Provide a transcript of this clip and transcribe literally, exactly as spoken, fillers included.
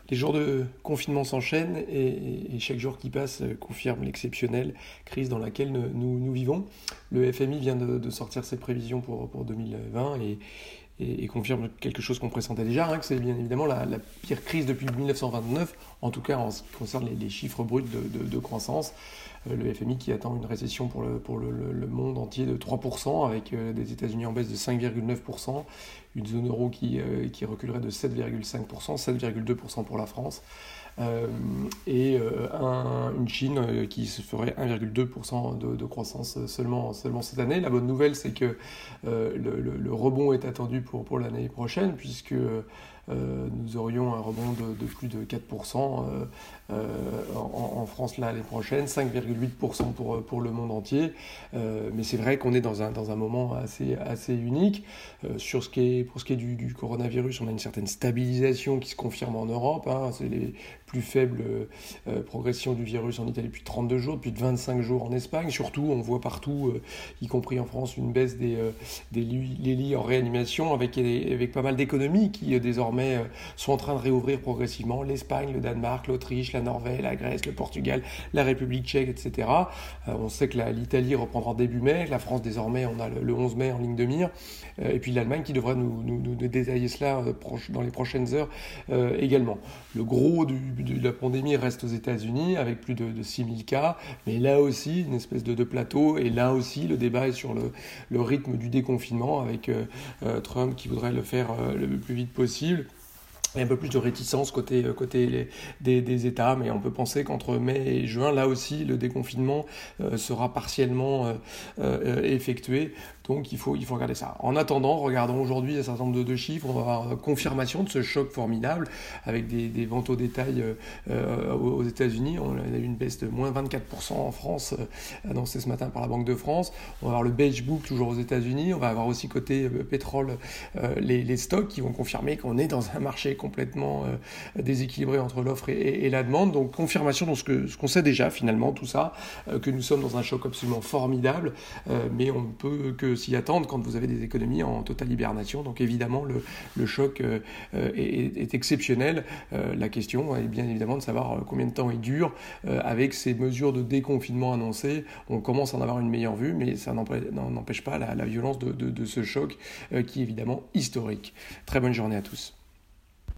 Les jours de confinement s'enchaînent et, et chaque jour qui passe confirme l'exceptionnelle crise dans laquelle nous, nous vivons. Le F M I vient de, de sortir ses prévisions pour, pour deux mille vingt et, et, et confirme quelque chose qu'on pressentait déjà, hein, que c'est bien évidemment la, la pire crise depuis mille neuf cent vingt-neuf, en tout cas en ce qui concerne les, les chiffres bruts de, de, de croissance. Euh, le F M I qui attend une récession pour le, pour le, le monde entier de trois pour cent, avec euh, des États-Unis en baisse de cinq virgule neuf pour cent, une zone euro qui, euh, qui reculerait de sept virgule cinq pour cent, sept virgule deux pour cent pour la France, euh, et euh, un, une Chine euh, qui se ferait un virgule deux pour cent de, de croissance seulement, seulement cette année. La bonne nouvelle, c'est que euh, le, le, le rebond est attendu pour, pour l'année prochaine, puisque Euh, nous aurions un rebond de, de plus de quatre pour cent euh, euh, en, en France l'année prochaine, cinq virgule huit pour cent pour, pour le monde entier. Euh, mais c'est vrai qu'on est dans un, dans un moment assez, assez unique. Euh, sur ce qui est, pour ce qui est du, du coronavirus, on a une certaine stabilisation qui se confirme en Europe. Hein. C'est les plus faibles euh, progressions du virus en Italie depuis trente-deux jours, depuis vingt-cinq jours en Espagne. Surtout, on voit partout, euh, y compris en France, une baisse des, euh, des lits, les lits en réanimation avec, avec pas mal d'économies qui euh, désormais sont en train de réouvrir progressivement. L'Espagne, le Danemark, l'Autriche, la Norvège, la Grèce, le Portugal, la République tchèque, et cetera. Euh, on sait que la, l'Italie reprendra début mai. La France, désormais, on a le, le onze mai en ligne de mire. Euh, et puis l'Allemagne qui devrait nous, nous, nous détailler cela euh, proche, dans les prochaines heures euh, également. Le gros du, de la pandémie reste aux États-Unis avec plus de, de six mille cas. Mais là aussi, une espèce de, de plateau. Et là aussi, le débat est sur le, le rythme du déconfinement avec euh, euh, Trump qui voudrait le faire euh, le plus vite possible. Il y a un peu plus de réticence côté, côté les, des, des États, mais on peut penser qu'entre mai et juin, là aussi, le déconfinement euh, sera partiellement euh, euh, effectué. Donc il faut, il faut regarder ça. En attendant, regardons aujourd'hui un certain nombre de, de chiffres. On va avoir confirmation de ce choc formidable avec des, des ventes au détail euh, aux États-Unis. On a eu une baisse de moins vingt-quatre pour cent en France, euh, annoncée ce matin par la Banque de France. On va avoir le Beige Book toujours aux États-Unis. On va avoir aussi côté euh, pétrole euh, les, les stocks qui vont confirmer qu'on est dans un marché complètement euh, déséquilibré entre l'offre et, et, et la demande. Donc confirmation de ce, que, ce qu'on sait déjà finalement, tout ça, euh, que nous sommes dans un choc absolument formidable, euh, mais on ne peut que s'y attendre quand vous avez des économies en totale hibernation. Donc évidemment, le, le choc euh, est, est exceptionnel. Euh, la question est bien évidemment de savoir combien de temps il dure. Euh, avec ces mesures de déconfinement annoncées, on commence à en avoir une meilleure vue, mais ça n'empêche, n'empêche pas la, la violence de, de, de ce choc euh, qui est évidemment historique. Très bonne journée à tous.